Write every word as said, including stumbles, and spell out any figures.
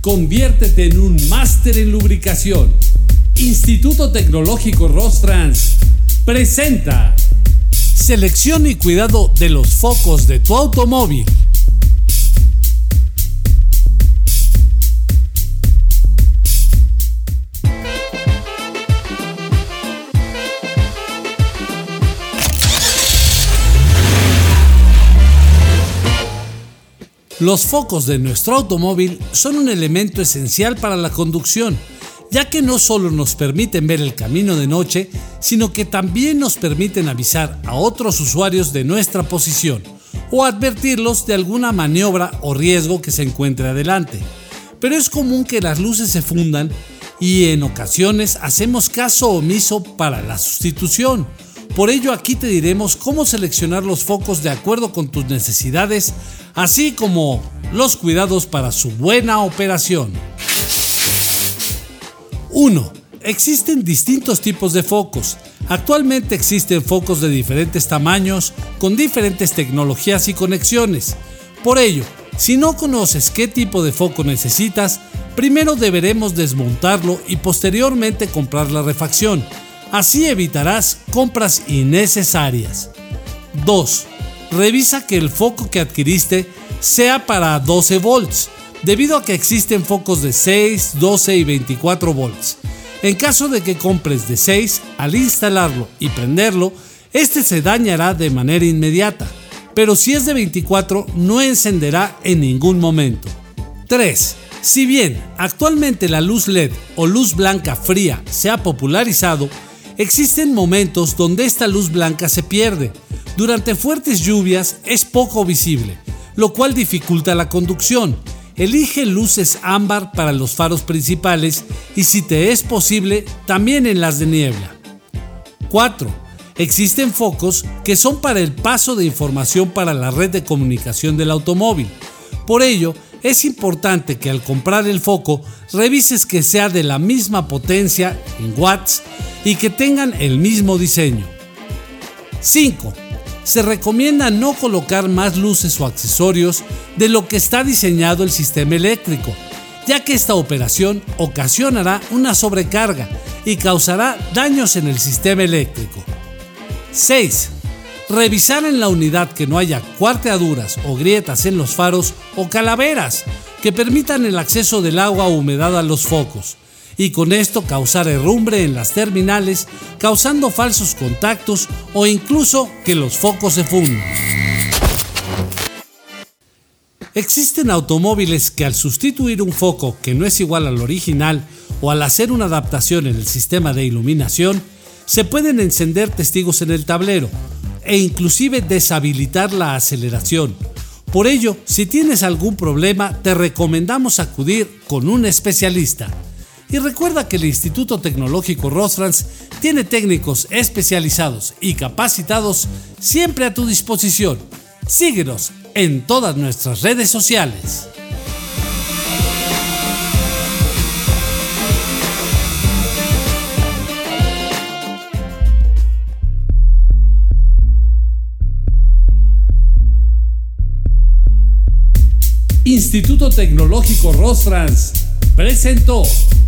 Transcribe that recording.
Conviértete en un máster en lubricación. Instituto Tecnológico Rostrans presenta selección y cuidado de los focos de tu automóvil. Los focos de nuestro automóvil son un elemento esencial para la conducción, ya que no solo nos permiten ver el camino de noche, sino que también nos permiten avisar a otros usuarios de nuestra posición o advertirlos de alguna maniobra o riesgo que se encuentre adelante. Pero es común que las luces se fundan y en ocasiones hacemos caso omiso para la sustitución. Por ello aquí te diremos cómo seleccionar los focos de acuerdo con tus necesidades, así como los cuidados para su buena operación. uno. Existen distintos tipos de focos. Actualmente existen focos de diferentes tamaños, con diferentes tecnologías y conexiones. Por ello, si no conoces qué tipo de foco necesitas, primero deberemos desmontarlo y posteriormente comprar la refacción. Así evitarás compras innecesarias. dos. Revisa que el foco que adquiriste sea para doce volts, debido a que existen focos de seis, doce y veinticuatro volts. En caso de que compres de seis, al instalarlo y prenderlo, este se dañará de manera inmediata, pero si es de veinticuatro no encenderá en ningún momento. tres. Si bien actualmente la luz L E D o luz blanca fría se ha popularizado, existen momentos donde esta luz blanca se pierde. Durante fuertes lluvias es poco visible, lo cual dificulta la conducción. Elige luces ámbar para los faros principales y, si te es posible, también en las de niebla. cuatro. Existen focos que son para el paso de información para la red de comunicación del automóvil. Por ello, es importante que al comprar el foco revises que sea de la misma potencia en watts y que tengan el mismo diseño. cinco. Se recomienda no colocar más luces o accesorios de lo que está diseñado el sistema eléctrico, ya que esta operación ocasionará una sobrecarga y causará daños en el sistema eléctrico. seis. Revisar en la unidad que no haya cuarteaduras o grietas en los faros o calaveras que permitan el acceso del agua o humedad a los focos, y con esto causar herrumbre en las terminales, causando falsos contactos o incluso que los focos se fundan. Existen automóviles que al sustituir un foco que no es igual al original o al hacer una adaptación en el sistema de iluminación, se pueden encender testigos en el tablero e inclusive deshabilitar la aceleración. Por ello, si tienes algún problema, te recomendamos acudir con un especialista. Y recuerda que el Instituto Tecnológico Rostrans tiene técnicos especializados y capacitados siempre a tu disposición. Síguenos en todas nuestras redes sociales. Instituto Tecnológico Rostrans presentó